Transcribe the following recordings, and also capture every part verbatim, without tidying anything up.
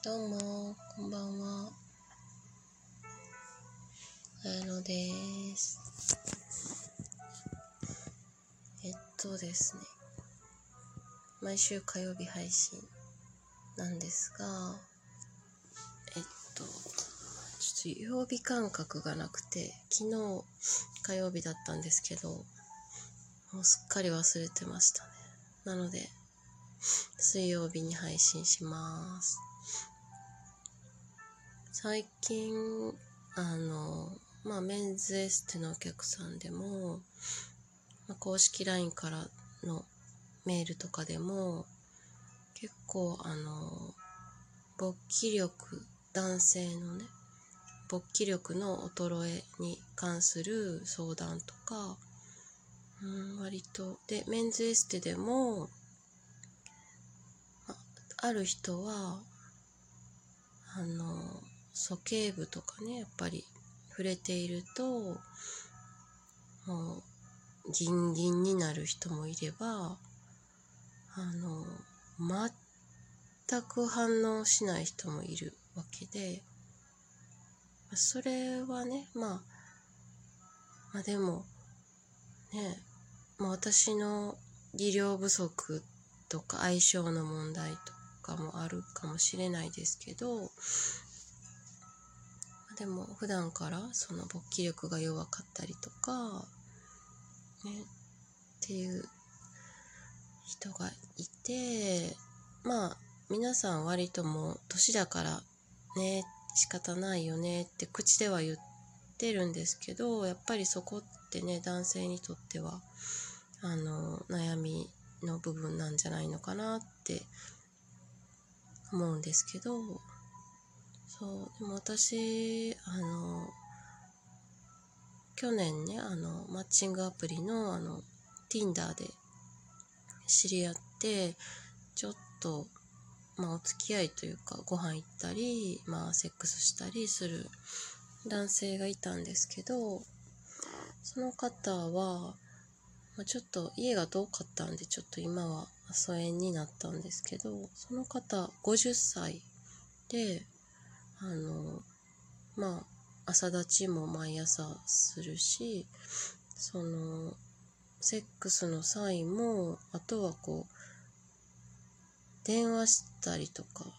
どうもこんばんは、綾乃です。えっとですね毎週火曜日配信なんですが、えっとちょっと曜日感覚がなくて、昨日火曜日だったんですけど、もうすっかり忘れてましたね。なので水曜日に配信します。最近あのまあメンズエステのお客さんでも、まあ、公式 ライン からのメールとかでも結構あの勃起力、男性のね勃起力の衰えに関する相談とか、うん、割とでメンズエステでも あ, ある人はあの鼠径部とかねやっぱり触れているともうギンギンになる人もいれば、あの全く反応しない人もいるわけで、それはね、まあ、まあでもね、まあ私の技量不足とか相性の問題とかもあるかもしれないですけど、でも普段からその勃起力が弱かったりとかねっていう人がいて、まあ皆さん割ともう年だからね仕方ないよねって口では言ってるんですけど、やっぱりそこってね男性にとってはあの悩みの部分なんじゃないのかなって思うんですけど、そうでも私あの去年ねあのマッチングアプリのあの Tinder で知り合って、ちょっとまあお付き合いというかご飯行ったり、まあセックスしたりする男性がいたんですけど、その方は、まあ、ちょっと家が遠かったんでちょっと今は疎遠になったんですけど、その方ごじゅっさいで、あのまあ朝立ちも毎朝するし、そのセックスの際もあとはこう電話したりとか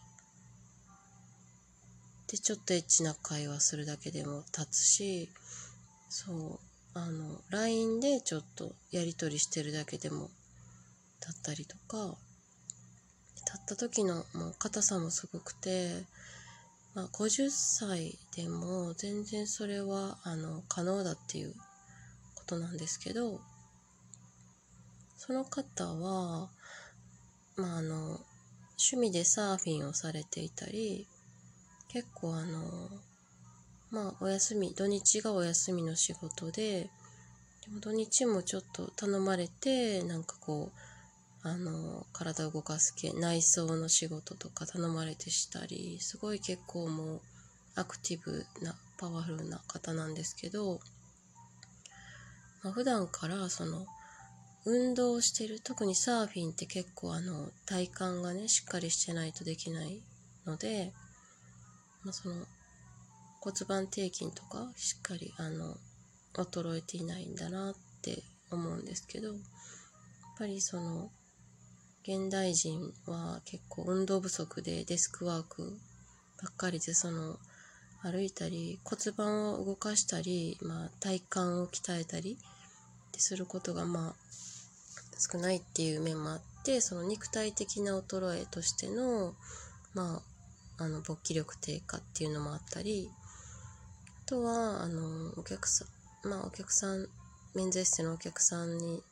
でちょっとエッチな会話するだけでも立つし、そうあの ライン でちょっとやり取りしてるだけでも立ったりとか、立った時のもう硬さもすごくて、まあ、ごじゅっさいでも全然それはあの可能だっていうことなんですけど、その方は、まあ、あの趣味でサーフィンをされていたり、結構あのまあお休み土日がお休みの仕事で、でも土日もちょっと頼まれてなんかこうあの体を動かす系内装の仕事とか頼まれてしたり、すごい結構もうアクティブなパワフルな方なんですけど、まあ、普段からその運動してる、特にサーフィンって結構あの体幹がねしっかりしてないとできないので、まあ、その骨盤底筋とかしっかりあの衰えていないんだなって思うんですけど、やっぱりその現代人は結構運動不足でデスクワークばっかりで、その歩いたり骨盤を動かしたり、まあ、体幹を鍛えたりすることがまあ少ないっていう面もあって、その肉体的な衰えとしてのまああの勃起力低下っていうのもあったり、あとはあのお客さんまあお客さんメンズエステのお客さんに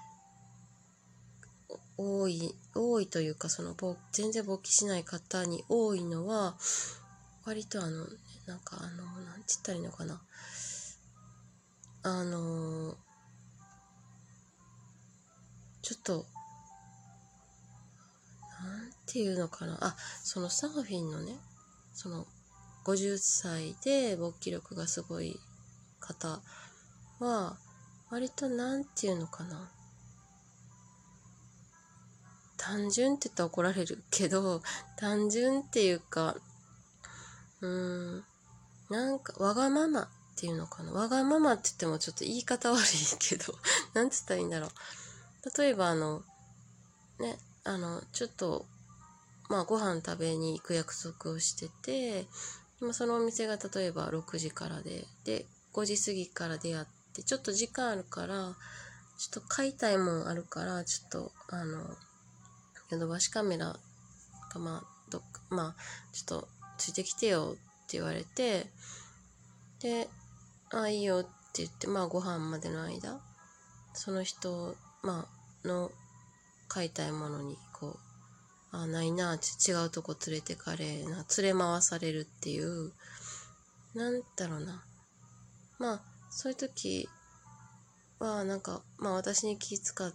多い多いというか、その全然勃起しない方に多いのは割とあのなんかあのなんて言ったらいいのかな、あのちょっとなんていうのかなあそのサーフィンのね、そのごじゅっさいで勃起力がすごい方は割となんていうのかな、単純って言ったら怒られるけど単純っていうかうーん、なんかわがままっていうのかな。わがままって言ってもちょっと言い方悪いけど、なんつったらいいんだろう。例えばあの、ね、あの、ちょっと、まあご飯食べに行く約束をしてて、まあ、そのお店が例えばろくじからで、で、ごじ過ぎから出会って、ちょっと時間あるから、ちょっと買いたいもんあるから、ちょっと、あの、ヨドバシカメラが、まあ、どっか、まあ、ちょっとついてきてよって言われて、で、ああ、いいよって言って、まあ、ご飯までの間、その人、まあ、の買いたいものに、こう、あ、ないな、違うとこ連れてかれな、連れ回されるっていう、なんだろうな。まあ、そういう時は、なんか、まあ私に気遣って、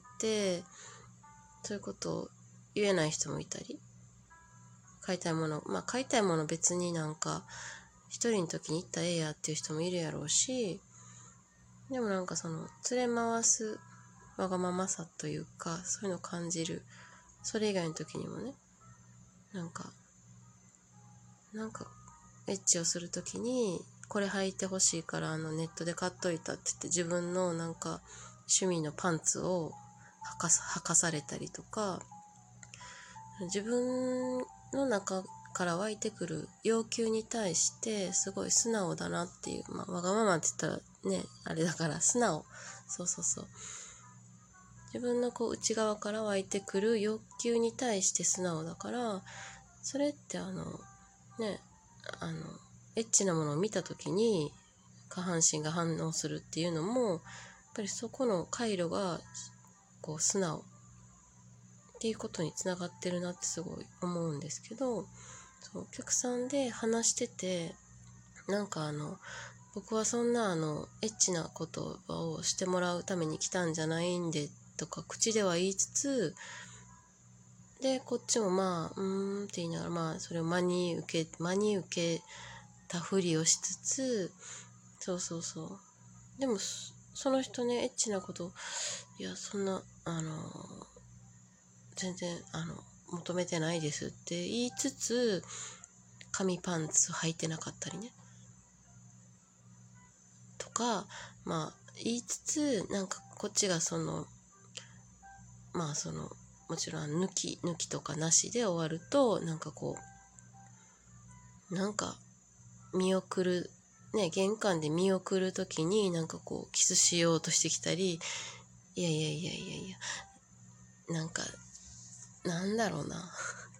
そういうことを言えない人もいたり、買いたいもの、まあ買いたいもの別になんか、一人の時に行ったらええやっていう人もいるやろうし、でもなんかその、連れ回すわがままさというか、そういうのを感じる。それ以外の時にもね、なんか、なんか、エッチをする時に、これ履いてほしいからあのネットで買っといたって言って自分のなんか趣味のパンツを履かさ、履かされたりとか、自分の中から湧いてくる要求に対してすごい素直だなっていう、まあ、わがままって言ったらね、あれだから素直。そうそうそう。自分のこう内側から湧いてくる欲求に対して素直だから、それってあの、ね、あの、エッチなものを見たときに下半身が反応するっていうのも、やっぱりそこの回路がこう素直っていうことにつながってるなってすごい思うんですけど、そうお客さんで話してて、なんかあの、僕はそんなあの、エッチなことをしてもらうために来たんじゃないんで、とか口では言いつつ、で、こっちもまあ、うーんって言いながら、まあ、それを真に受け、真に受けたふりをしつつ、そうそうそう。でも、その人ね、エッチなこと、いや、そんな、あの、全然、あの、求めてないですって言いつつ、紙パンツ履いてなかったりね。とか、まあ、言いつつ、なんかこっちがその、まあその、もちろん抜き、抜きとかなしで終わると、なんかこう、なんか見送る、ね、玄関で見送るときになんかこう、キスしようとしてきたり、いやいやいやいやいや、なんか、なんだろうな。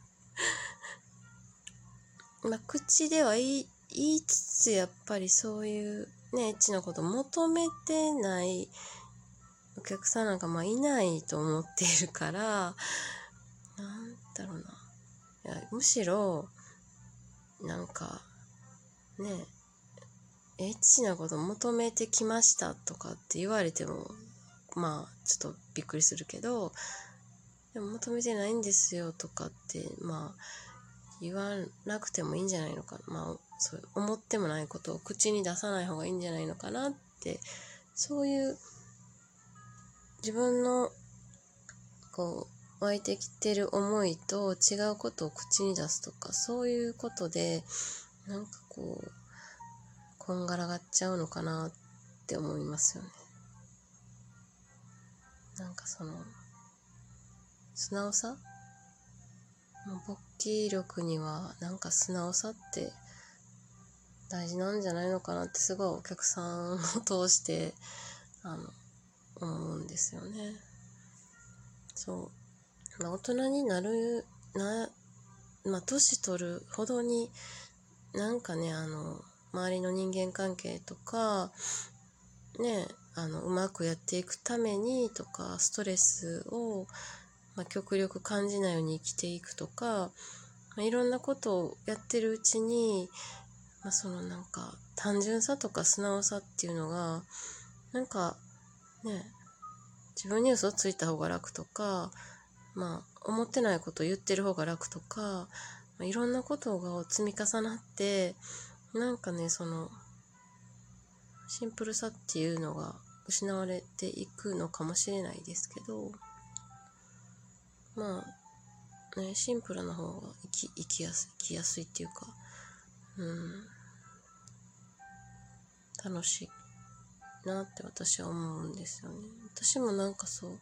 まあ、口では言い、言いつつ、やっぱりそういうね、エッチなこと求めてないお客さんなんかまあいないと思っているから、なんだろうな。いや、むしろ、なんか、ね、エッチなこと求めてきましたとかって言われても、まあ、ちょっとびっくりするけど、でも求めてないんですよとかって、まあ、言わなくてもいいんじゃないのかな。まあ、そう思ってもないことを口に出さない方がいいんじゃないのかなって、そういう自分のこう湧いてきてる思いと違うことを口に出すとか、そういうことでなんかこうこんがらがっちゃうのかなって思いますよね。なんかその素直さ、勃起力にはなんか素直さって大事なんじゃないのかなってすごいお客さんを通してあの思うんですよね。そう、まあ、大人になるな、まあ年取るほどになんかね、あの周りの人間関係とかね、あのうまくやっていくためにとか、ストレスを、まあ、極力感じないように生きていくとか、まあ、いろんなことをやってるうちに、まあ、そのなんか単純さとか素直さっていうのがなんかね、自分に嘘ついた方が楽とか、まあ思ってないことを言ってる方が楽とか、まあ、いろんなことが積み重なってなんかね、そのシンプルさっていうのが失われていくのかもしれないですけど、まあね、シンプルな方が生き、生きやすい、生きやすいっていうか、 うん楽しいなって私は思うんですよね。私もなんかそう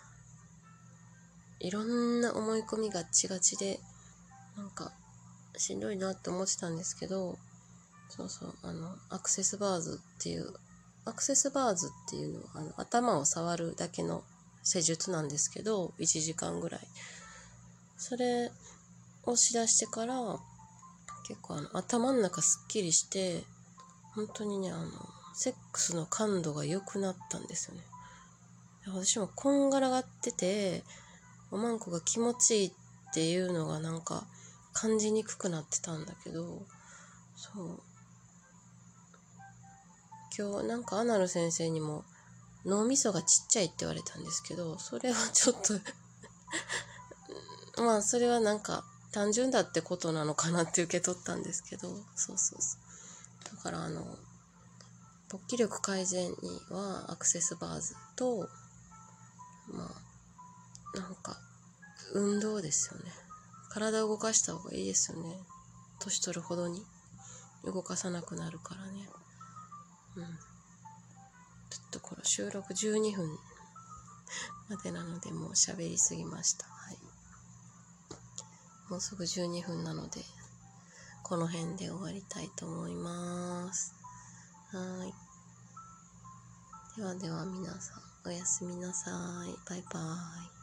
いろんな思い込みがちがちでなんかしんどいなって思ってたんですけど、そうそうあのアクセスバーズっていうアクセスバーズっていうのはあの頭を触るだけの施術なんですけど、いちじかんぐらいそれをしだしてから結構あの頭の中すっきりして、本当にねあのセックスの感度が良くなったんですよね。私もこんがらがってておまんこが気持ちいいっていうのがなんか感じにくくなってたんだけど、そう今日なんかアナル先生にも脳みそがちっちゃいって言われたんですけど、それはちょっとまあそれはなんか単純だってことなのかなって受け取ったんですけど、そうそうそうだからあの勃起力改善にはアクセスバーズとまあなんか運動ですよね。体を動かした方がいいですよね。年取るほどに動かさなくなるからね。うんちょっとこの収録じゅうにふんまでなのでもう喋りすぎました。はい。もうすぐじゅうにふんなのでこの辺で終わりたいと思います。はい。ではでは皆さんおやすみなさい。バイバイ。